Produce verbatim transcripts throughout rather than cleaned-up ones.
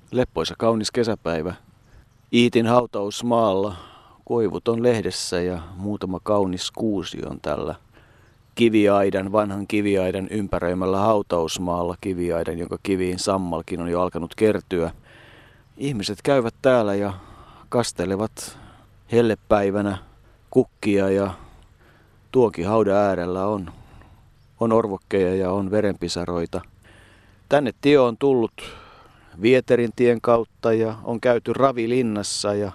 Leppoisa kaunis kesäpäivä. Iitin hautausmaalla. Koivut on lehdessä ja muutama kaunis kuusi on tällä kiviaidan, vanhan kiviaidan ympäröimällä hautausmaalla. Kiviaidan, jonka kiviin sammalkin on jo alkanut kertyä. Ihmiset käyvät täällä ja kastelevat hellepäivänä kukkia ja tuonkin haudan äärellä on, on orvokkeja ja on verenpisaroita. Tänne tie on tullut Vieterin tien kautta ja on käyty Ravilinnassa ja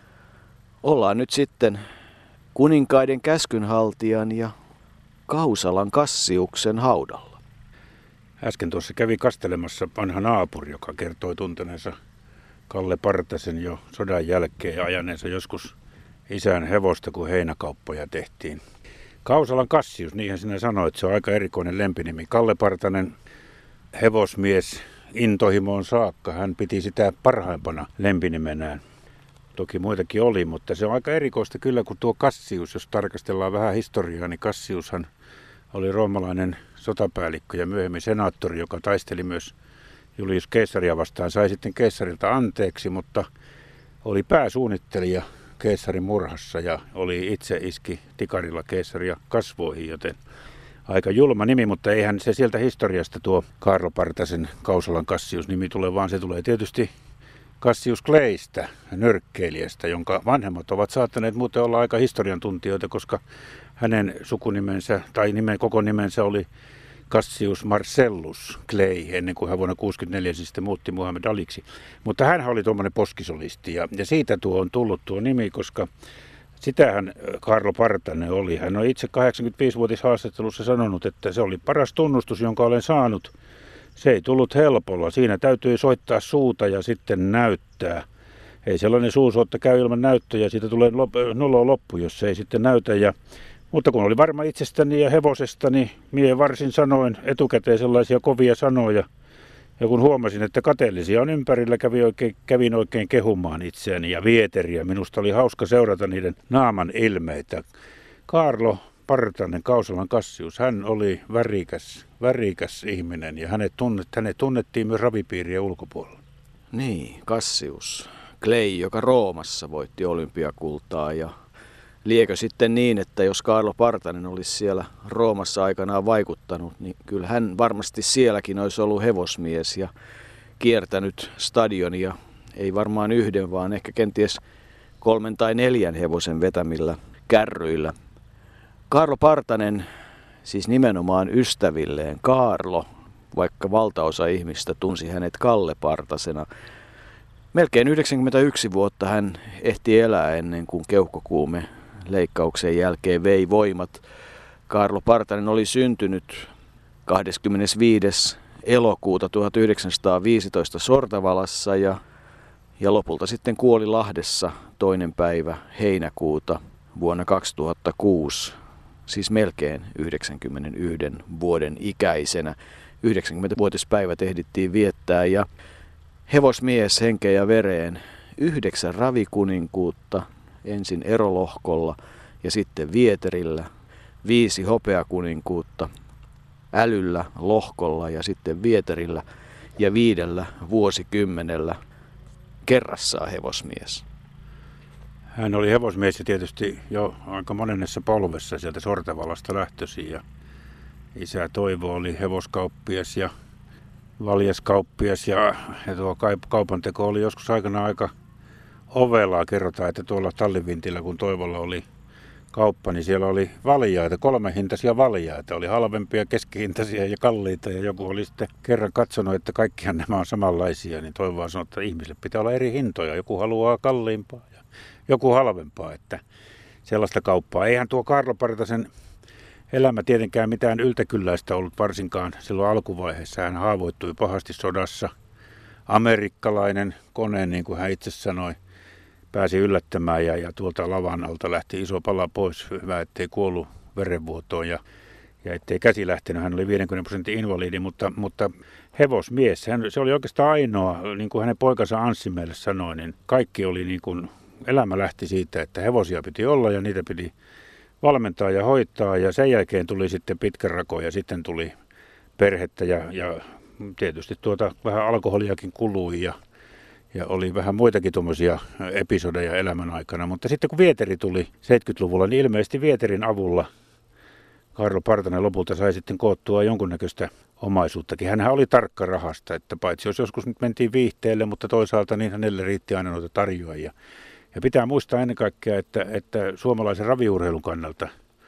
ollaan nyt sitten kuninkaiden käskynhaltijan ja Kausalan Cassiuksen haudalla. Äsken tuossa kävi kastelemassa vanha naapuri, joka kertoi tunteneensa Kalle Partasen jo sodan jälkeen ja ajaneensa joskus isän hevosta, kun heinäkauppoja tehtiin. Kausalan Cassius, niinhän sinä sanoit, se on aika erikoinen lempinimi. Kalle Partanen, hevosmies intohimoon saakka, hän piti sitä parhaimpana lempinimenään. Toki muitakin oli, mutta se on aika erikoista kyllä, kun tuo Cassius, jos tarkastellaan vähän historiaa, niin Cassiushan oli roomalainen sotapäällikkö ja myöhemmin senaattori, joka taisteli myös Julius Caesaria vastaan, sai sitten keisarilta anteeksi, mutta oli pääsuunnittelija keisarin murhassa ja oli itse iski tikarilla keisaria kasvoihin, joten aika julma nimi, mutta eihän se sieltä historiasta tuo Kaarlo Partasen Kausalan Cassius nimi tule, vaan se tulee tietysti Cassius Claystä, nyrkkeilijästä, jonka vanhemmat ovat saattaneet muuten olla aika historiantuntijoita, koska hänen sukunimensä tai nimen, koko nimensä oli Cassius Marcellus Clay, ennen kuin hän vuonna tuhatyhdeksänsataakuusikymmentäneljä siis sitten muutti Muhammed Aliksi. Mutta hän oli tuommoinen poskisolisti ja, ja siitä tuo on tullut tuo nimi, koska sitähän Kaarlo Partanen oli. Hän on itse kahdeksankymmentäviisivuotishaastattelussa sanonut, että se oli paras tunnustus, jonka olen saanut. Se ei tullut helpolla. Siinä täytyy soittaa suuta ja sitten näyttää. Ei sellainen suusoitta käy ilman näyttöjä, siitä tulee nolo loppu, jos se ei sitten näytä. Ja, mutta kun oli varma itsestäni ja hevosestani, mie varsin sanoin etukäteen sellaisia kovia sanoja. Ja kun huomasin, että kateellisia on ympärillä, kävin oikein, kävin oikein kehumaan itseäni ja Vieteriä. Minusta oli hauska seurata niiden naaman ilmeitä. Kaarlo Partanen, Kausalan Cassius, hän oli värikäs, värikäs ihminen ja hänet, tunnet, hänet tunnettiin myös ravipiirien ulkopuolella. Niin, Cassius Clay, joka Roomassa voitti olympiakultaa ja liekö sitten niin, että jos Kaarlo Partanen olisi siellä Roomassa aikanaan vaikuttanut, niin kyllä hän varmasti sielläkin olisi ollut hevosmies ja kiertänyt stadionia, ei varmaan yhden, vaan ehkä kenties kolmen tai neljän hevosen vetämillä kärryillä. Kaarlo Partanen, siis nimenomaan ystävilleen Kaarlo, vaikka valtaosa ihmistä tunsi hänet Kalle Partasena. Melkein yhdeksänkymmentäyksi vuotta hän ehti elää ennen kuin keuhkokuume leikkauksen jälkeen vei voimat. Kaarlo Partanen oli syntynyt kahdeskymmenesviides elokuuta tuhatyhdeksänsataaviisitoista Sortavalassa ja, ja lopulta sitten kuoli Lahdessa toinen päivä heinäkuuta vuonna kaksituhattakuusi, siis melkein yhdeksänkymmentäyksi vuoden ikäisenä. yhdeksänkymmentävuotispäivät ehdittiin viettää ja hevosmies henkeä ja vereen, yhdeksän ravikuninkuutta, ensin Erolohkolla ja sitten Vieterillä, viisi hopeakuninkuutta, Älyllä, Lohkolla ja sitten Vieterillä ja viidellä vuosikymmenellä kerrassaan hevosmies. Hän oli hevosmies ja tietysti jo aika monennessa polvessa sieltä Sortavalasta lähtöisin ja isä Toivo oli hevoskauppias ja valjaskauppias ja, ja tuo kaupanteko oli joskus aikana aika ovelaa. Kerrotaan, että tuolla Tallivintillä, kun Toivolla oli kauppa, niin siellä oli valjaita, kolmehintaisia valjaita. Oli halvempia, keskihintaisia ja kalliita. Ja joku oli sitten kerran katsonut, että kaikkihan nämä on samanlaisia, niin Toivoa sanoi, että ihmisille pitää olla eri hintoja. Joku haluaa kalliimpaa ja joku halvempaa, että sellaista kauppaa. Eihän tuo Kaarlo Partasen elämä tietenkään mitään yltäkylläistä ollut varsinkaan silloin alkuvaiheessa. Hän haavoittui pahasti sodassa. Amerikkalainen kone, niin kuin hän itse sanoi, pääsi yllättämään ja, ja tuolta lavan alta lähti iso pala pois. Hyvä, ettei kuollut verenvuotoon ja, ja ettei käsi lähtenyt. Hän oli viidenkymmenen prosentin invalidi, mutta, mutta hevosmies. Hän, se oli oikeastaan ainoa, niin kuin hänen poikansa Anssi meille sanoi, niin kaikki oli niin kuin, elämä lähti siitä, että hevosia piti olla ja niitä piti valmentaa ja hoitaa ja sen jälkeen tuli sitten pitkä rako ja sitten tuli perhettä ja, ja tietysti tuota vähän alkoholiakin kului ja Ja oli vähän muitakin tuommoisia episodeja elämän aikana, mutta sitten kun Vieteri tuli seitsemänkymmentäluvulla, niin ilmeisesti Vieterin avulla Kaarlo Partanen lopulta sai sitten koottua jonkunnäköistä omaisuuttakin. Hänhän oli tarkka rahasta, että paitsi jos joskus nyt mentiin viihteelle, mutta toisaalta niin hänelle riitti aina noita tarjoajia. Ja pitää muistaa ennen kaikkea, että, että suomalaisen raviurheilun kannalta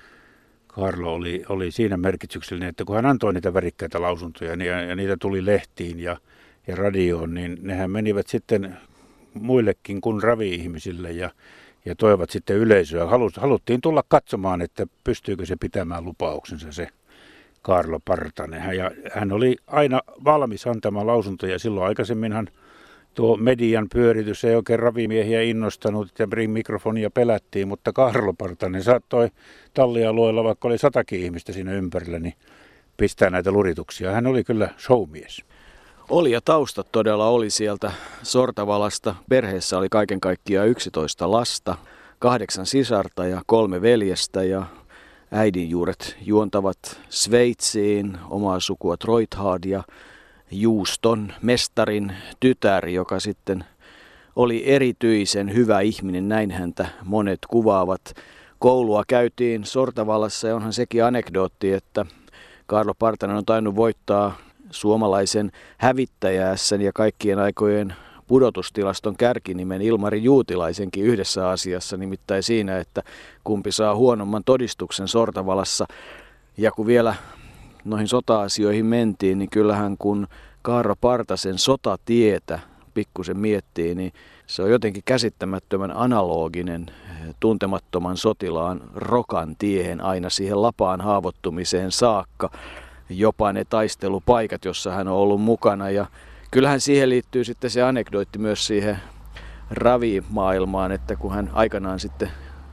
Kaarlo oli, oli siinä merkityksellinen, että kun hän antoi niitä värikkäitä lausuntoja ja, ja niitä tuli lehtiin ja, ja radioon, niin nehän menivät sitten muillekin kuin ravi-ihmisille ja, ja toivat sitten yleisöä. Halus, haluttiin tulla katsomaan, että pystyykö se pitämään lupauksensa se Kaarlo Partanen. Ja hän oli aina valmis antamaan lausuntoja. Silloin aikaisemminhan tuo median pyöritys ei oikein ravimiehiä innostanut ja mikrofonia pelättiin, mutta Kaarlo Partanen saattoi tallialueella, vaikka oli satakin ihmistä siinä ympärillä, niin pistää näitä lurituksia. Hän oli kyllä showmies. Oli ja taustat todella oli sieltä Sortavalasta. Perheessä oli kaiken kaikkiaan yksitoista lasta, kahdeksan sisarta ja kolme veljestä ja äidin juuret juontavat Sveitsiin, omaa sukua Troithard ja juuston mestarin tytär, joka sitten oli erityisen hyvä ihminen, näin häntä monet kuvaavat. Koulua käytiin Sortavallassa ja onhan sekin anekdootti, että Kaarlo Partanen on tainnut voittaa suomalaisen hävittäjäässän ja kaikkien aikojen pudotustilaston kärkinimen Ilmari Juutilaisenkin yhdessä asiassa, nimittäin siinä, että kumpi saa huonomman todistuksen Sortavalassa. Ja kun vielä noihin sota-asioihin mentiin, niin kyllähän kun Kaarlo Partasen sotatietä pikkusen miettii, niin se on jotenkin käsittämättömän analoginen tuntemattoman sotilaan rokan tiehen aina siihen lapaan haavoittumiseen saakka. Jopa ne taistelupaikat, jossa hän on ollut mukana. Ja kyllähän siihen liittyy sitten se anekdootti myös siihen ravimaailmaan, että kun hän aikanaan sitten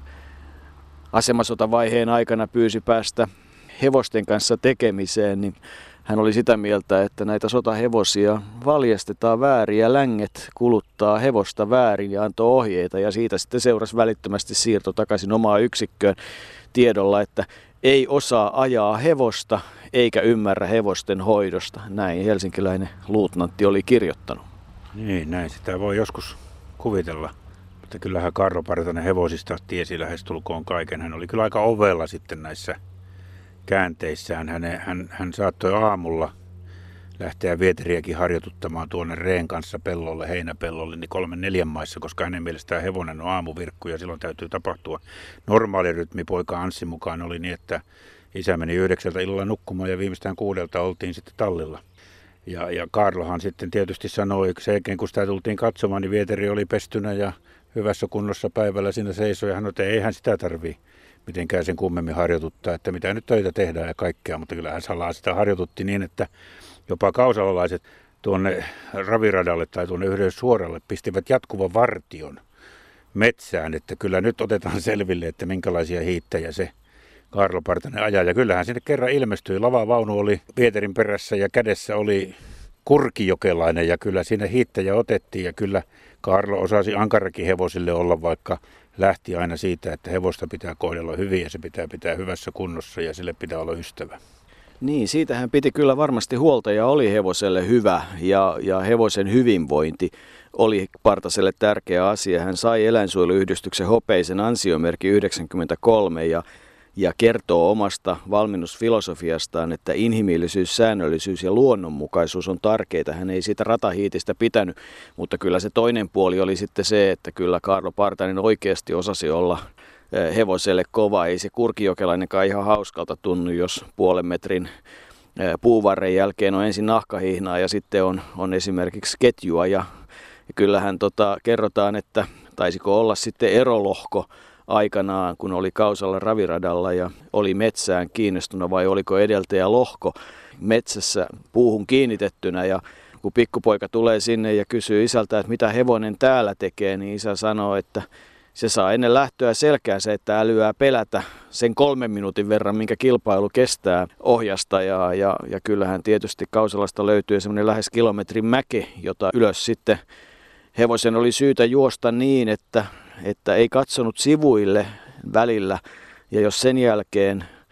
asemasotavaiheen aikana pyysi päästä hevosten kanssa tekemiseen, niin hän oli sitä mieltä, että näitä sotahevosia valjastetaan väärin ja länget kuluttaa hevosta väärin ja antoi ohjeita. Ja siitä sitten seurasi välittömästi siirto takaisin omaan yksikköön tiedolla, että ei osaa ajaa hevosta eikä ymmärrä hevosten hoidosta. Näin helsinkiläinen luutnantti oli kirjoittanut. Niin, näin sitä voi joskus kuvitella. Mutta kyllähän Kaarlo Partanen hevosista tiesi lähestulkoon kaiken. Hän oli kyllä aika ovella sitten näissä käänteissään. Hän, hän, hän saattoi aamulla lähteä Vieteriäkin harjoituttamaan tuonne reen kanssa pellolle, heinäpellolle, niin kolmen neljän maissa, koska hänen mielestään hevonen on aamuvirkku ja silloin täytyy tapahtua. Normaali rytmi poika Anssin mukaan oli niin, että isä meni yhdeksältä illalla nukkumaan ja viimeistään kuudelta oltiin sitten tallilla. Ja, ja Kaarlohan sitten tietysti sanoi, sen jälkeen kun sitä tultiin katsomaan, niin Vieteri oli pestynä ja hyvässä kunnossa päivällä siinä seisoi ja hän sanoi, että eihän sitä tarvii mitenkään sen kummemmin harjoituttaa, että mitä nyt töitä tehdään ja kaikkea, mutta kyllä hän salaa sitä harjoitutti niin, että jopa kausalalaiset tuonne raviradalle tai tuonne yhdelle suoralle pistivät jatkuvan vartion metsään, että kyllä nyt otetaan selville, että minkälaisia hiittäjä se Kaarlo Partanen ajaa. Ja kyllähän sinne kerran ilmestyi. Lavavaunu oli Vieterin perässä ja kädessä oli kurkijokelainen ja kyllä siinä hiittäjä otettiin ja kyllä Kaarlo osasi ankarakin hevosille olla, vaikka lähti aina siitä, että hevosta pitää kohdella hyvin ja se pitää pitää hyvässä kunnossa ja sille pitää olla ystävä. Niin, siitä hän piti kyllä varmasti huolta ja oli hevoselle hyvä ja, ja hevosen hyvinvointi oli Partaselle tärkeä asia. Hän sai eläinsuojeluyhdistyksen hopeisen ansiomerkin yhdeksänkymmentäkolme ja, ja kertoo omasta valmennusfilosofiastaan, että inhimillisyys, säännöllisyys ja luonnonmukaisuus on tärkeitä. Hän ei siitä ratahiitistä pitänyt, mutta kyllä se toinen puoli oli sitten se, että kyllä Kaarlo Partanen oikeasti osasi olla hevoselle kova. Ei se kurkijokelainenkaan ihan hauskalta tunnu, jos puolen metrin puuvarren jälkeen on ensin nahkahihnaa ja sitten on, on esimerkiksi ketjua. Ja, ja kyllähän tota, kerrotaan, että taisiko olla sitten erolohko aikanaan, kun oli Kausalla raviradalla ja oli metsään kiinnostunut vai oliko edeltäjä lohko metsässä puuhun kiinnitettynä. Ja kun pikkupoika tulee sinne ja kysyy isältä, että mitä hevonen täällä tekee, niin isä sanoo, että se saa ennen lähtöä selkäänsä, että älyää pelätä sen kolmen minuutin verran, minkä kilpailu kestää ohjasta. Ja, ja, ja kyllähän tietysti Kausalasta löytyy semmoinen lähes kilometrin mäki, jota ylös sitten hevosen oli syytä juosta niin, että, että ei katsonut sivuille välillä. Ja jos sen jälkeen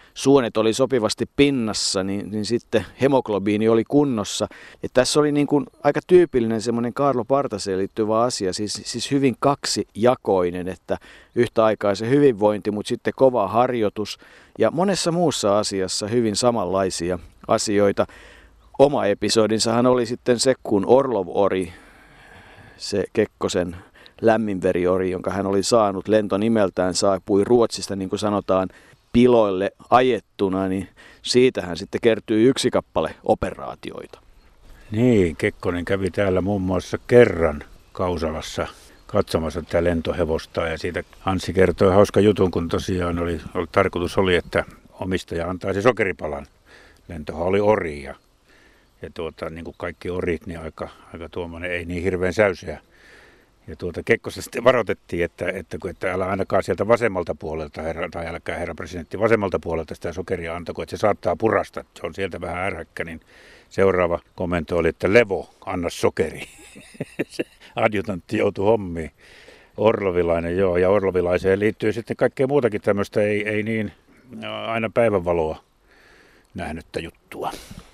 suonet oli sopivasti pinnassa, niin, niin sitten hemoglobiini oli kunnossa. Ja tässä oli niin kuin aika tyypillinen semmoinen Kaarlo Partaseen liittyvä asia, siis, siis hyvin kaksijakoinen, että yhtä aikaa se hyvinvointi, mutta sitten kova harjoitus ja monessa muussa asiassa hyvin samanlaisia asioita. Oma episodinsahan oli sitten se, kun Orlov-ori, se Kekkosen lämminveriori, jonka hän oli saanut lentonimeltään, saapui Ruotsista, niin kuin sanotaan, piloille ajettuna, niin siitähän sitten kertyi yksi kappale operaatioita. Niin, Kekkonen kävi täällä muun muassa kerran Kausalassa katsomassa tätä lentohevosta ja siitä Anssi kertoi hauska jutun, kun tosiaan oli, oli tarkoitus oli, että omistaja antaisi sokeripalan. Lentohan oli ori ja, ja tuota, niin kuin kaikki orit, niin aika, aika tuommoinen ei niin hirveän säyseä. Ja tuota Kekkosta sitten varoitettiin, että, että, että älä ainakaan sieltä vasemmalta puolelta, herra, tai älkää herra presidentti, vasemmalta puolelta sitä sokeria antako, että se saattaa purasta, se on sieltä vähän ärhäkkä, niin seuraava komento oli, että levo, anna sokeri. Se adjutantti joutui hommiin. Orlovilainen, joo, ja Orlovilaiseen liittyy sitten kaikkea muutakin tämmöistä, ei, ei niin aina päivänvaloa nähnyttä juttua.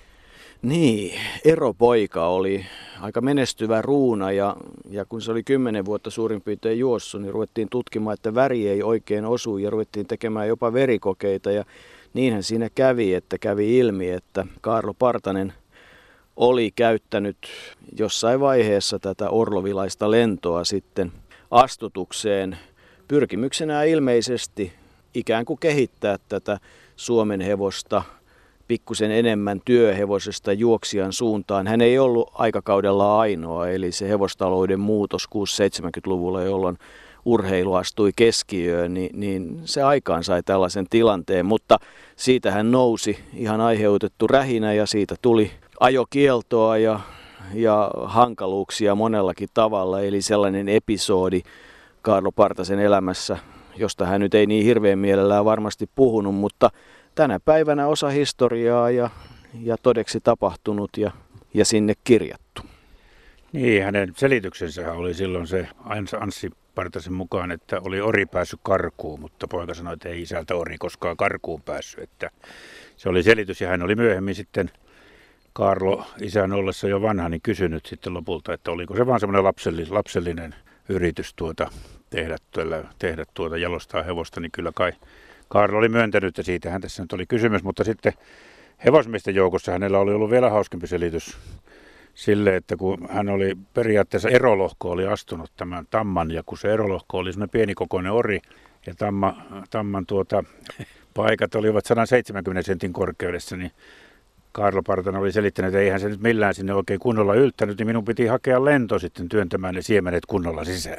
Niin, eropoika oli aika menestyvä ruuna ja, ja kun se oli kymmenen vuotta suurin piirtein juossut, niin ruvettiin tutkimaan, että väri ei oikein osu ja ruvettiin tekemään jopa verikokeita ja niinhän siinä kävi, että kävi ilmi, että Kaarlo Partanen oli käyttänyt jossain vaiheessa tätä orlovilaista lentoa sitten astutukseen pyrkimyksenä ilmeisesti ikään kuin kehittää tätä Suomen hevosta pikkusen enemmän työhevosesta juoksijan suuntaan. Hän ei ollut aikakaudella ainoa, eli se hevostalouden muutos kuusikymmentä-seitsemänkymmentäluvulla, jolloin urheilu astui keskiöön, niin, niin se aikaan sai tällaisen tilanteen, mutta siitä hän nousi ihan aiheutettu rähinä ja siitä tuli ajokieltoa ja, ja hankaluuksia monellakin tavalla, eli sellainen episodi Kaarlo Partasen elämässä, josta hän nyt ei niin hirveän mielellään varmasti puhunut, mutta tänä päivänä osa historiaa ja, ja todeksi tapahtunut ja, ja sinne kirjattu. Niin, hänen selityksensä oli silloin se Anssi Partasen mukaan, että oli ori päässyt karkuun, mutta poika sanoi, että ei isältä ori koskaan karkuun päässyt. Että se oli selitys ja hän oli myöhemmin sitten Kaarlo isän ollessa jo vanha, niin kysynyt sitten lopulta, että oliko se vaan semmoinen lapsellinen, lapsellinen yritys tuota, tehdä, tuolla, tehdä tuota jalostaa hevosta, niin kyllä kai Kaarlo oli myöntänyt, että siitähän tässä nyt oli kysymys, mutta sitten hevosmiesten joukossa hänellä oli ollut vielä hauskempi selitys sille, että kun hän oli periaatteessa erolohko oli astunut tämän tamman, ja kun se erolohko oli semmoinen pienikokoinen ori, ja tamma, tamman tuota, paikat olivat sata seitsemänkymmentä sentin korkeudessa, niin Kaarlo Partanen oli selittänyt, että eihän se nyt millään sinne oikein kunnolla yltänyt, niin minun piti hakea lento sitten työntämään ne siemenet kunnolla sisään.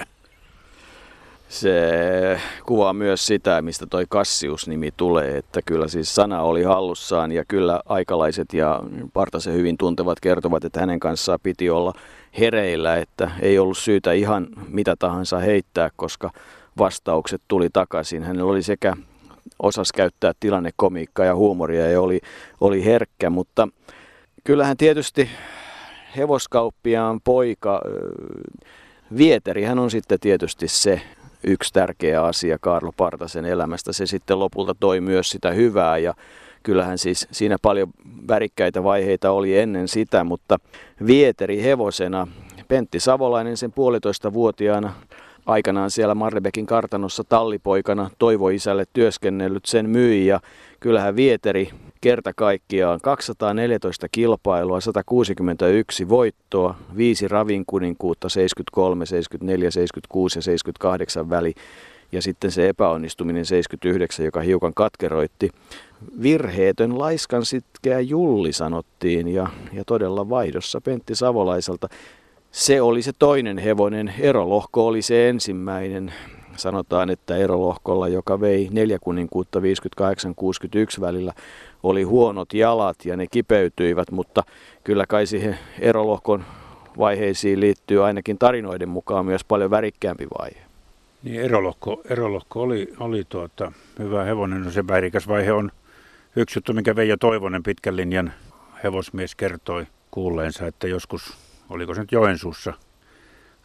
Se kuvaa myös sitä, mistä toi Cassius-nimi tulee, että kyllä siis sana oli hallussaan ja kyllä aikalaiset ja Partasen hyvin tuntevat kertovat, että hänen kanssaan piti olla hereillä, että ei ollut syytä ihan mitä tahansa heittää, koska vastaukset tuli takaisin. Hänellä oli sekä osas käyttää tilannekomiikkaa ja huumoria ja oli, oli herkkä, mutta kyllähän tietysti hevoskauppiaan poika, Vieteri, hän on sitten tietysti se yksi tärkeä asia Kaarlo Partasen elämästä. Se sitten lopulta toi myös sitä hyvää ja kyllähän siis siinä paljon värikkäitä vaiheita oli ennen sitä, mutta Vieteri hevosena, Pentti Savolainen sen puolitoista vuotiaana aikanaan siellä Marlebekin kartanossa tallipoikana Toivo isälle työskennellyt, sen myi ja kyllähän Vieteri kerta kaikkiaan kaksisataaneljätoista kilpailua, sata kuusikymmentäyksi voittoa, viisi ravinkuninkuutta, seitsemänkymmentäkolme, seitsemänkymmentäneljä, seitsemänkymmentäkuusi ja seitsemänkymmentäkahdeksan väli ja sitten se epäonnistuminen seitsemänkymmentäyhdeksän, joka hiukan katkeroitti. Virheetön laiskan sitkeä Julli sanottiin ja, ja todella vaihdossa Pentti Savolaiselta. Se oli se toinen hevonen, Erolohko oli se ensimmäinen. Sanotaan, että Erolohkolla, joka vei neljä kuninkuutta viisikymmentäkahdeksan kuusikymmentäyksi välillä, oli huonot jalat ja ne kipeytyivät, mutta kyllä kai siihen Erolohkon vaiheisiin liittyy ainakin tarinoiden mukaan myös paljon värikkäämpi vaihe. Niin, Erolohko, Erolohko oli, oli tuota, hyvä hevonen. No se värikäs vaihe on yksi juttu, minkä Veijo Toivonen, pitkän linjan hevosmies, kertoi kuulleensa, että joskus, oliko se nyt Joensuussa,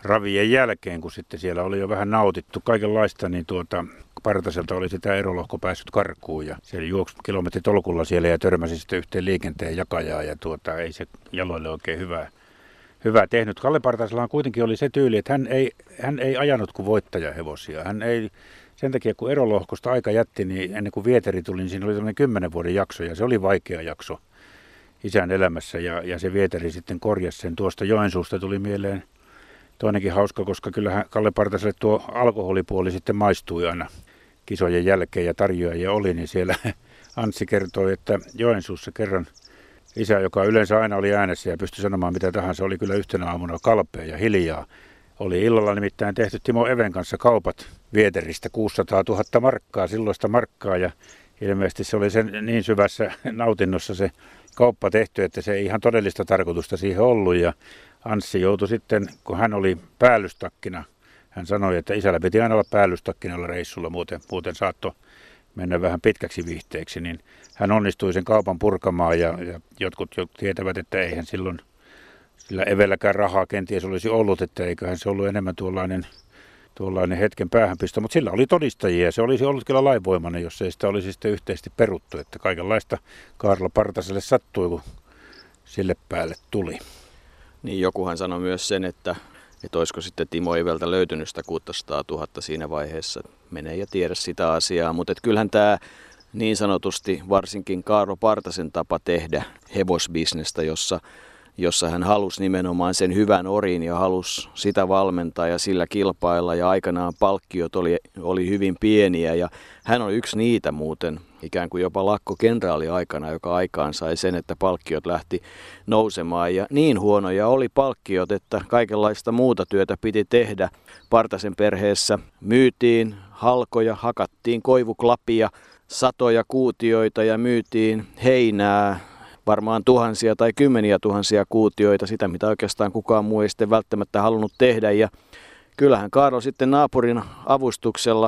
ravien jälkeen, kun sitten siellä oli jo vähän nautittu kaikenlaista, niin tuota, Partaselta oli sitä erolohko päässyt karkuun ja se juoksi kilometritolkulla siellä ja törmäsi sitten yhteen liikenteen jakajaa ja tuota, ei se jaloille oikein hyvää, hyvää tehnyt. Kalle Partasellahan kuitenkin oli se tyyli, että hän ei, hän ei ajanut kuin voittajahevosia. Hän ei, sen takia kun erolohkosta aika jätti, niin ennen kuin Vieteri tuli, niin siinä oli tämmöinen kymmenen vuoden jakso ja se oli vaikea jakso isän elämässä ja, ja se Vieteri sitten korjasi sen. Tuosta Joensuusta tuli mieleen toinenkin hauska, koska kyllähän Kalle Partaselle tuo alkoholipuoli sitten maistui aina kisojen jälkeen ja tarjoajia oli, niin siellä Anssi kertoi, että Joensuussa kerran isä, joka yleensä aina oli äänessä ja pystyi sanomaan mitä tahansa, oli kyllä yhtenä aamuna kalpea ja hiljaa. Oli illalla nimittäin tehty Timo Even kanssa kaupat Vieteristä kuusisataatuhatta markkaa, silloista markkaa ja ilmeisesti se oli sen niin syvässä nautinnossa se kauppa tehty, että se ei ihan todellista tarkoitusta siihen ollut ja Anssi joutui sitten, kun hän oli päällystakkina, hän sanoi, että isällä piti aina olla päällystakkinalla reissulla, muuten, muuten saattoi mennä vähän pitkäksi viihteeksi, niin hän onnistui sen kaupan purkamaan ja, ja jotkut jo tietävät, että eihän silloin sillä Evelläkään rahaa kenties olisi ollut, että eiköhän se ollut enemmän tuollainen, tuollainen hetken päähänpisto, mutta sillä oli todistajia ja se olisi ollut kyllä lainvoimainen, jos ei sitä olisi sitten yhteisesti peruttu, että kaikenlaista Kaarlo Partaselle sattui, kun sille päälle tuli. Niin jokuhan sanoi myös sen, että, että olisiko sitten Timo Iveltä löytynyt sitä kuusisataatuhatta siinä vaiheessa. Menee ja tiedä sitä asiaa, mutta kyllähän tämä niin sanotusti varsinkin Kaarlo Partasen tapa tehdä hevosbisnestä, jossa, jossa hän halusi nimenomaan sen hyvän orin ja halusi sitä valmentaa ja sillä kilpailla ja aikanaan palkkiot oli, oli hyvin pieniä ja hän on yksi niitä muuten ikään kuin jopa lakkokenraali aikana, joka aikaan sai sen, että palkkiot lähti nousemaan ja niin huonoja oli palkkiot, että kaikenlaista muuta työtä piti tehdä. Partasen perheessä myytiin halkoja, hakattiin koivuklapia, satoja kuutioita ja myytiin heinää, varmaan tuhansia tai kymmeniä tuhansia kuutioita, sitä mitä oikeastaan kukaan muu ei sitten välttämättä halunnut tehdä. Ja kyllähän Kaarlo sitten naapurin avustuksella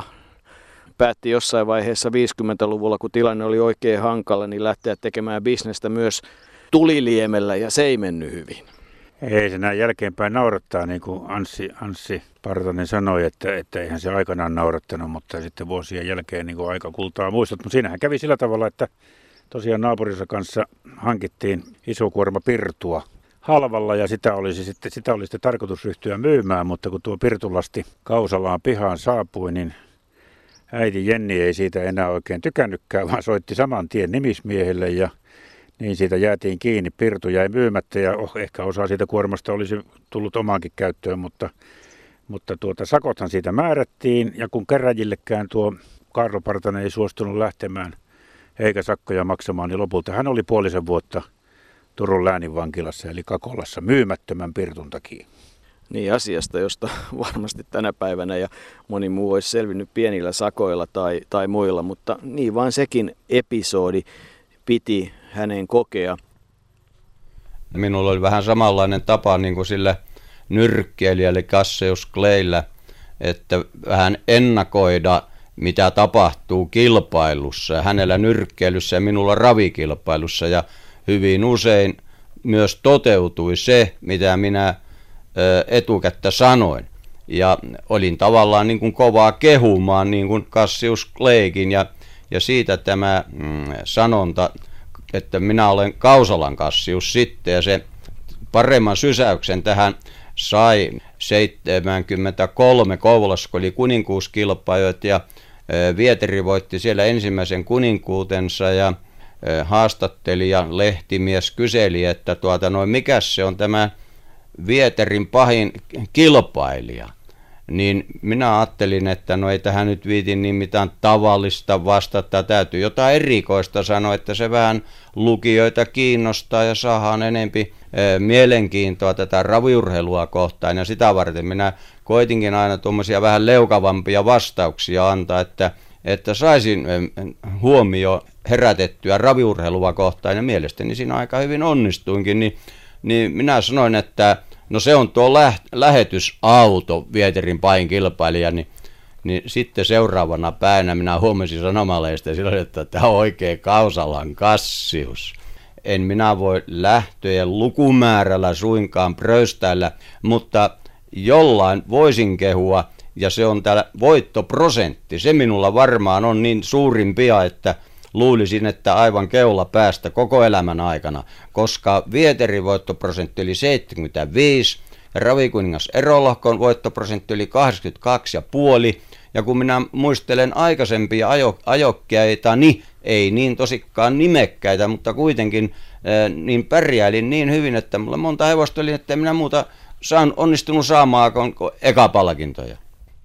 päätti jossain vaiheessa viisikymmentäluvulla, kun tilanne oli oikein hankala, niin lähteä tekemään bisnestä myös Tuliliemellä ja se ei mennyt hyvin. Ei se näin jälkeenpäin naurattaa, niin kuin Anssi, Anssi Partanen sanoi, että, että eihän se aikanaan naurattanut, mutta sitten vuosien jälkeen niin kuin aika kultaa muistot. Mutta siinähän kävi sillä tavalla, että tosiaan naapurinsa kanssa hankittiin iso kuorma pirtua halvalla ja sitä olisi sitten, sitä oli sitten tarkoitus ryhtyä myymään, mutta kun tuo pirtulasti Kausalaan pihaan saapui, niin äiti Jenni ei siitä enää oikein tykännytkään, vaan soitti saman tien nimismiehelle ja niin siitä jäätiin kiinni. Pirtu jäi myymättä ja oh, ehkä osa siitä kuormasta olisi tullut omaankin käyttöön, mutta, mutta tuota, sakothan siitä määrättiin ja kun käräjillekään tuo Kaarlo Partanen ei suostunut lähtemään eikä sakkoja maksamaan, niin lopulta hän oli puolisen vuotta Turun lääninvankilassa eli Kakolassa myymättömän pirtun takia. Niin asiasta, josta varmasti tänä päivänä ja moni muu olisi selvinnyt pienillä sakoilla tai, tai muilla, mutta niin vaan sekin episodi piti hänen kokea. Minulla oli vähän samanlainen tapa niin kuin sillä nyrkkeilijällä Cassius Clayllä, että vähän ennakoida, mitä tapahtuu kilpailussa. Hänellä nyrkkeilyssä ja minulla ravikilpailussa ja hyvin usein myös toteutui se, mitä minä etukättä sanoin. Ja olin tavallaan niin kuin kovaa kehumaan niin kuin Cassius Claykin ja, ja siitä tämä mm, sanonta, että minä olen Kausalan Cassius sitten ja se paremman sysäyksen tähän sai seitsemänkymmentäkolme Kouvolassa, kun oli kuninkuuskilpailut ja ä, Vieteri voitti siellä ensimmäisen kuninkuutensa ja ä, haastattelija lehtimies kyseli, että tuota noin mikäs se on tämä Vieterin pahin kilpailija, niin minä ajattelin, että no ei tähän nyt viitin niin mitään tavallista vastata, täytyy jotain erikoista sanoa, että se vähän lukijoita kiinnostaa ja saadaan enempi e, mielenkiintoa tätä raviurheilua kohtaan ja sitä varten minä koitinkin aina tuommoisia vähän leukavampia vastauksia antaa, että, että saisin e, huomio herätettyä raviurheilua kohtaan ja mielestäni siinä aika hyvin onnistuinkin, niin Niin minä sanoin, että no se on tuo lä- lähetysauto Vieterin pahin kilpailija, niin, niin sitten seuraavana päivänä minä huomasin sanomaleista silloin, että tämä on oikein Kausalan Cassius. En minä voi lähtöjen lukumäärällä suinkaan pröystäillä, mutta jollain voisin kehua, ja se on täällä voittoprosentti. Se minulla varmaan on niin suurimpia, että luulisin, että aivan keula päästä koko elämän aikana, koska Vieterin voittoprosentti oli seitsemänkymmentäviisi, Ravikuningas Erolohkon voittoprosentti oli kahdeksankymmentäkaksi pilkku viisi, ja kun minä muistelen aikaisempia ajo, ajokkeita, niin ei niin tosikkaan nimekkäitä, mutta kuitenkin niin pärjäilin niin hyvin, että mulla monta hevosta oli, että en minä muuta saan, onnistunut saamaan kuin eka palkintoja.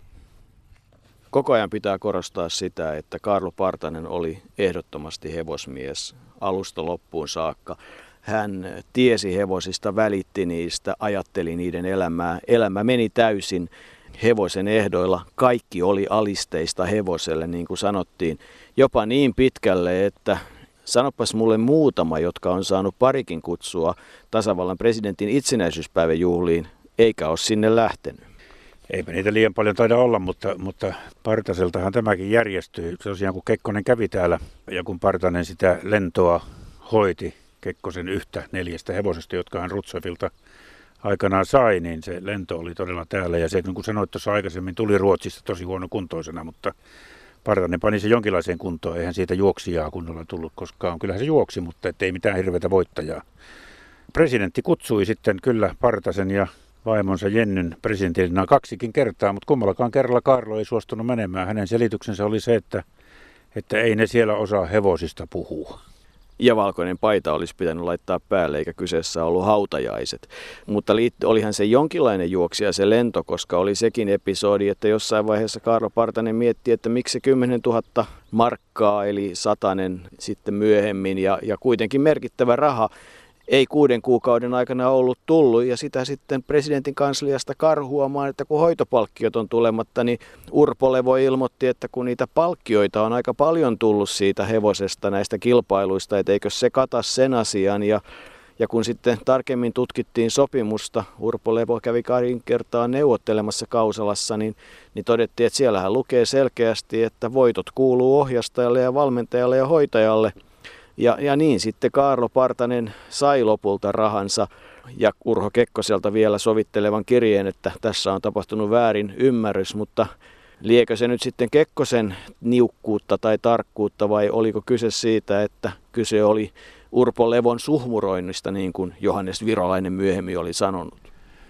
Koko ajan pitää korostaa sitä, että Kaarlo Partanen oli ehdottomasti hevosmies alusta loppuun saakka. Hän tiesi hevosista, välitti niistä, ajatteli niiden elämää. Elämä meni täysin hevosen ehdoilla. Kaikki oli alisteista hevoselle, niin kuin sanottiin. Jopa niin pitkälle, että sanopas mulle muutama, jotka on saanut parikin kutsua tasavallan presidentin itsenäisyyspäivän juhliin, eikä ole sinne lähtenyt. Eipä niitä liian paljon taida olla, mutta, mutta Partaseltahan tämäkin järjestyi. Tosiaan kun Kekkonen kävi täällä ja kun Partanen sitä lentoa hoiti, Kekkosen yhtä neljästä hevosesta, jotka hän Rutsovilta aikanaan sai, niin se lento oli todella täällä. Ja se, niin kuin sanoit tuossa aikaisemmin, tuli Ruotsista tosi huonokuntoisena, mutta Partanen pani se jonkinlaiseen kuntoon. Eihän siitä juoksijaa kunnolla tullut koskaan. Kyllähän se juoksi, mutta ei mitään hirveätä voittajaa. Presidentti kutsui sitten kyllä Partasen ja vaimonsa Jennyn presidentinä kaksikin kertaa, mutta kummallakaan kerralla Kaarlo ei suostunut menemään. Hänen selityksensä oli se, että, että ei ne siellä osaa hevosista puhua. Ja valkoinen paita olisi pitänyt laittaa päälle, eikä kyseessä ollut hautajaiset. Mutta liitt- olihan se jonkinlainen juoksija se lento, koska oli sekin episodi, että jossain vaiheessa Kaarlo Partanen mietti, että miksi se kymmenen tuhatta markkaa, eli satanen sitten myöhemmin, ja, ja kuitenkin merkittävä raha, ei kuuden kuukauden aikana ollut tullut, ja sitä sitten presidentin kansliasta karhuamaan, että kun hoitopalkkiot on tulematta, niin Urpo Levo ilmoitti, että kun niitä palkkioita on aika paljon tullut siitä hevosesta näistä kilpailuista, että eikö se kata sen asian, ja, ja kun sitten tarkemmin tutkittiin sopimusta, Urpo Levo kävi karin kertaa neuvottelemassa Kausalassa, niin, niin todettiin, että siellähän lukee selkeästi, että voitot kuuluu ohjastajalle ja valmentajalle ja hoitajalle. Ja, ja niin sitten Kaarlo Partanen sai lopulta rahansa ja Urho Kekkoselta vielä sovittelevan kirjeen, että tässä on tapahtunut väärin ymmärrys, mutta liekö se nyt sitten Kekkosen niukkuutta tai tarkkuutta vai oliko kyse siitä, että kyse oli Urpo Levon suhmuroinnista, niin kuin Johannes Virolainen myöhemmin oli sanonut?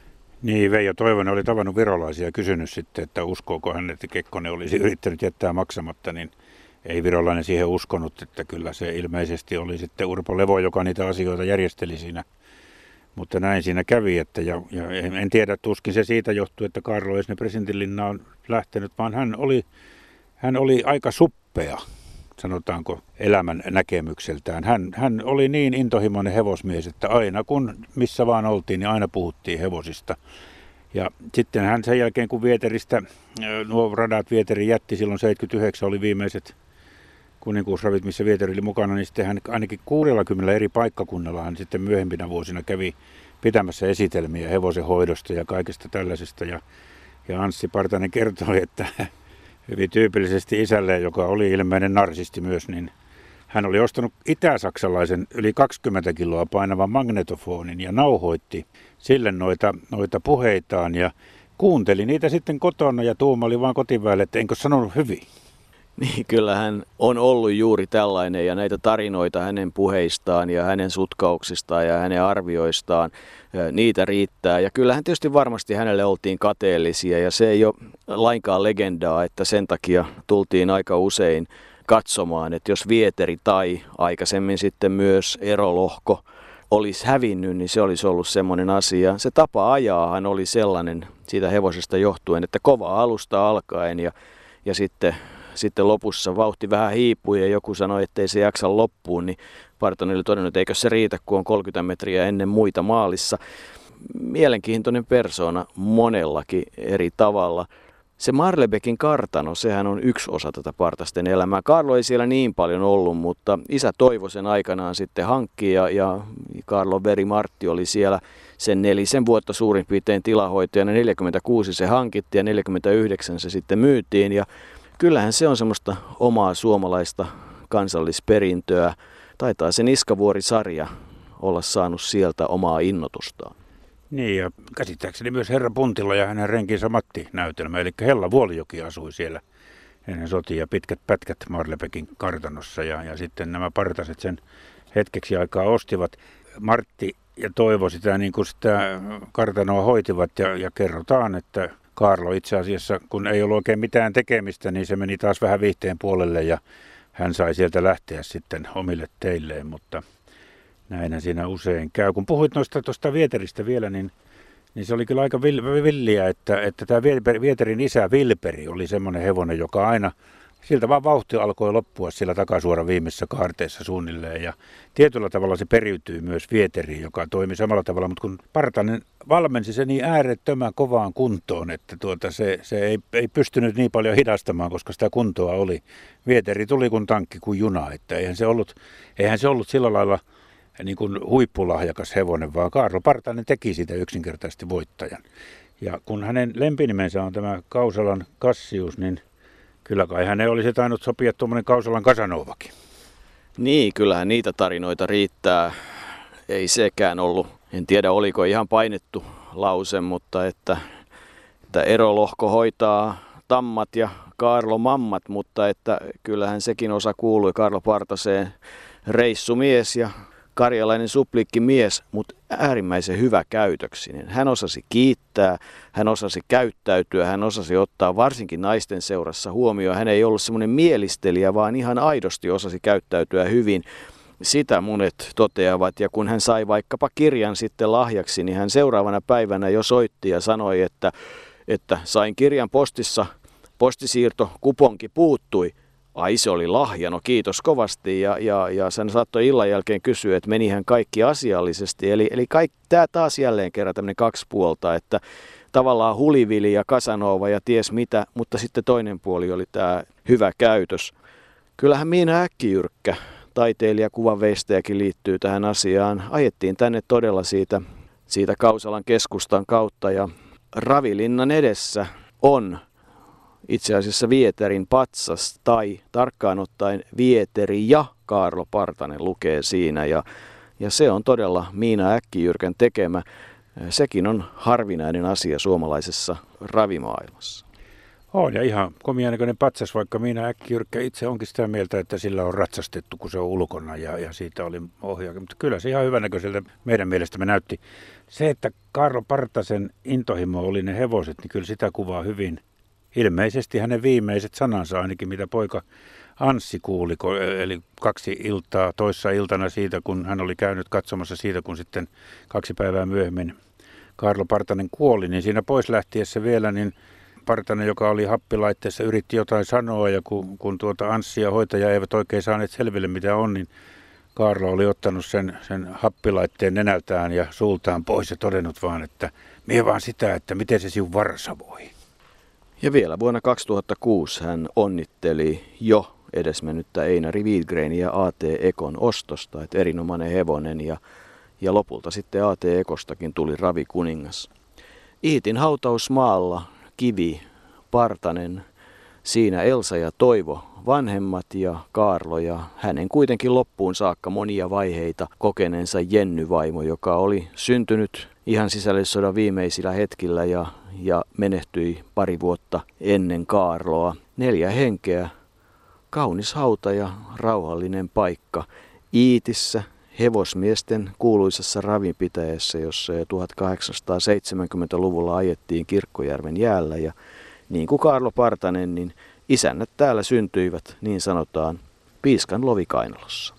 Niin, Veijo Toivonen oli tavannut virolaisia ja kysynyt sitten, että uskooko hän, että Kekkonen olisi yrittänyt jättää maksamatta, niin ei Virolainen siihen uskonut, että kyllä se ilmeisesti oli sitten Urpo Levo, joka niitä asioita järjesteli siinä. Mutta näin siinä kävi, että ja, ja en tiedä, tuskin se siitä johtui, että Kaarlo ei sinne presidentinlinnaan lähtenyt, vaan hän oli, hän oli aika suppea, sanotaanko, elämän näkemykseltään. Hän, hän oli niin intohimoinen hevosmies, että aina kun missä vaan oltiin, niin aina puhuttiin hevosista. Ja sitten hän sen jälkeen, kun Vieteristä, nuo radat Vieteri jätti, silloin seitsemänkymmentäyhdeksän oli viimeiset kuninkuusravit, missä Vieteri oli mukana, niin sitten hän ainakin kuudellakymmenellä eri paikkakunnalla hän sitten myöhempinä vuosina kävi pitämässä esitelmiä hevosen hoidosta ja kaikesta tällaisesta. Ja, ja Anssi Partanen kertoi, että hyvin tyypillisesti isälleen, joka oli ilmeinen narsisti myös, niin hän oli ostanut itä-saksalaisen yli kaksikymmentä kiloa painavan magnetofonin ja nauhoitti sille noita, noita puheitaan ja kuunteli niitä sitten kotona ja tuumaili vaan kotiväelle, että enkö sanonut hyvin. Niin, kyllä hän on ollut juuri tällainen ja näitä tarinoita hänen puheistaan ja hänen sutkauksistaan ja hänen arvioistaan, niitä riittää. Ja kyllähän tietysti varmasti hänelle oltiin kateellisia ja se ei ole lainkaan legendaa, että sen takia tultiin aika usein katsomaan, että jos Vieteri tai aikaisemmin sitten myös Erolohko olisi hävinnyt, niin se olisi ollut semmoinen asia. Se tapa ajaahan oli sellainen siitä hevosesta johtuen, että kova alusta alkaen ja, ja sitten, sitten lopussa vauhti vähän hiipui ja joku sanoi, että ei se jaksa loppuun, niin Partanen oli todennut, että eikö se riitä, kun on kolmekymmentä metriä ennen muita maalissa. Mielenkiintoinen persoona monellakin eri tavalla. Se Marlebeckin kartano, sehän on yksi osa tätä Partasten elämää. Kaarlo ei siellä niin paljon ollut, mutta isä toivoi sen aikanaan sitten hankkia ja, ja Kaarlo veri Martti oli siellä sen nelisen vuotta suurin piirtein tilahoitajana. neljäkymmentäkuusi se hankittiin ja neljäkymmentäyhdeksän se sitten myytiin ja kyllähän se on semmoista omaa suomalaista kansallisperintöä. Taitaa se Niskavuori-sarja olla saanut sieltä omaa innotustaan. Niin, ja käsittääkseni myös herra Puntilla ja hänen renkinsä Matti näytelmä, eli Hella Vuolijoki asui siellä ennen sotia, pitkät pätkät Marlepekin kartanossa, ja, ja sitten nämä partaset sen hetkeksi aikaa ostivat. Martti ja Toivo sitä, niin kuin sitä kartanoa hoitivat, ja, ja kerrotaan, että Kaarlo itse asiassa, kun ei ollut oikein mitään tekemistä, niin se meni taas vähän viihteen puolelle, ja hän sai sieltä lähteä sitten omille teilleen, mutta näinhän siinä usein käy. Kun puhuit noista tuosta Vieteristä vielä, niin, niin se oli kyllä aika villiä, että, että tämä Vieterin isä Vilperi oli semmoinen hevonen, joka aina, siltä vaan vauhti alkoi loppua siellä takasuoran viimeisessä kaarteessa suunnilleen. Ja tietyllä tavalla se periytyy myös Vieteriin, joka toimi samalla tavalla, mutta kun Partanen valmensi se niin äärettömän kovaan kuntoon, että tuota se, se ei, ei pystynyt niin paljon hidastamaan, koska sitä kuntoa oli. Vieteri tuli kuin tankki kuin juna, että eihän se ollut, eihän se ollut sillä lailla niin kuin huippulahjakas hevonen, vaan Kaarlo Partanen teki siitä yksinkertaisesti voittajan. Ja kun hänen lempinimensä on tämä Kausalan Cassius, niin kyllä kai hänen olisi tainnut sopia tuommoinen Kausalan Casanovakin. Niin, kyllähän niitä tarinoita riittää. Ei sekään ollut, en tiedä oliko ihan painettu lause, mutta että, että Erolohko hoitaa tammat ja Kaarlo mammat, mutta että kyllähän sekin osa kuului Kaarlo Partaseen, reissumies ja karjalainen suplikkimies, mutta äärimmäisen hyvä käytöksinen. Hän osasi kiittää, hän osasi käyttäytyä, hän osasi ottaa varsinkin naisten seurassa huomioon. Hän ei ollut semmoinen mielistelijä, vaan ihan aidosti osasi käyttäytyä hyvin. Sitä monet toteavat, ja kun hän sai vaikkapa kirjan sitten lahjaksi, niin hän seuraavana päivänä jo soitti ja sanoi, että, että sain kirjan postissa, postisiirto, kuponki puuttui. Ai se oli lahja, no kiitos kovasti, ja, ja, ja sen saattoi illan jälkeen kysyä, että menihän kaikki asiallisesti. Eli, eli tämä taas jälleen kerran tämmöinen kaksi puolta, että tavallaan Hulivili ja Casanova ja ties mitä, mutta sitten toinen puoli oli tämä hyvä käytös. Kyllähän Miina Äkkijyrkkä, taiteilijakuvanveistäjäkin liittyy tähän asiaan. Ajettiin tänne todella siitä, siitä Kausalan keskustan kautta, ja Ravilinnan edessä on itse asiassa Vieterin patsas, tai tarkkaan ottaen Vieteri ja Kaarlo Partanen lukee siinä, ja, ja se on todella Miina Äkkijyrkän tekemä. Sekin on harvinainen asia suomalaisessa ravimaailmassa. On, ja ihan komian näköinen patsas, vaikka Miina Äkkijyrkkä itse onkin sitä mieltä, että sillä on ratsastettu, kun se on ulkona, ja, ja siitä oli ohjaakin. Mutta kyllä se ihan hyvänäköiseltä meidän mielestämme näytti. Se, että Kaarlo Partasen intohimo oli ne hevoset, niin kyllä sitä kuvaa hyvin. Ilmeisesti hänen viimeiset sanansa ainakin, mitä poika Anssi kuuli, eli kaksi iltaa toissa iltana siitä, kun hän oli käynyt katsomassa siitä, kun sitten kaksi päivää myöhemmin Kaarlo Partanen kuoli, niin siinä pois lähtiessä vielä, niin Partanen, joka oli happilaitteessa, yritti jotain sanoa, ja kun, kun tuota Anssi ja hoitaja eivät oikein saaneet selville, mitä on, niin Kaarlo oli ottanut sen, sen happilaitteen nenältään ja suultaan pois ja todennut vaan, että mie vaan sitä, että miten se sinun varsa voi. Ja vielä vuonna kaksituhattakuusi hän onnitteli jo edesmennyttä Einari Widgrenia A T Ekon ostosta, että erinomainen hevonen, ja, ja lopulta sitten A T Ekostakin tuli ravikuningas. Iitin hautausmaalla Kivi, Partanen, siinä Elsa ja Toivo vanhemmat ja Kaarlo ja hänen kuitenkin loppuun saakka monia vaiheita kokeneensa Jenny-vaimo, joka oli syntynyt ihan sisällissodan viimeisillä hetkillä ja, ja menehtyi pari vuotta ennen Kaarloa. Neljä henkeä, kaunis hauta ja rauhallinen paikka Iitissä, hevosmiesten kuuluisassa ravinpitäjässä, jossa jo tuhatkahdeksansataaseitsemänkymmentäluvulla ajettiin Kirkkojärven jäällä, ja niin kuin Kaarlo Partanen, niin isännät täällä syntyivät, niin sanotaan, Piiskan lovikainalossa.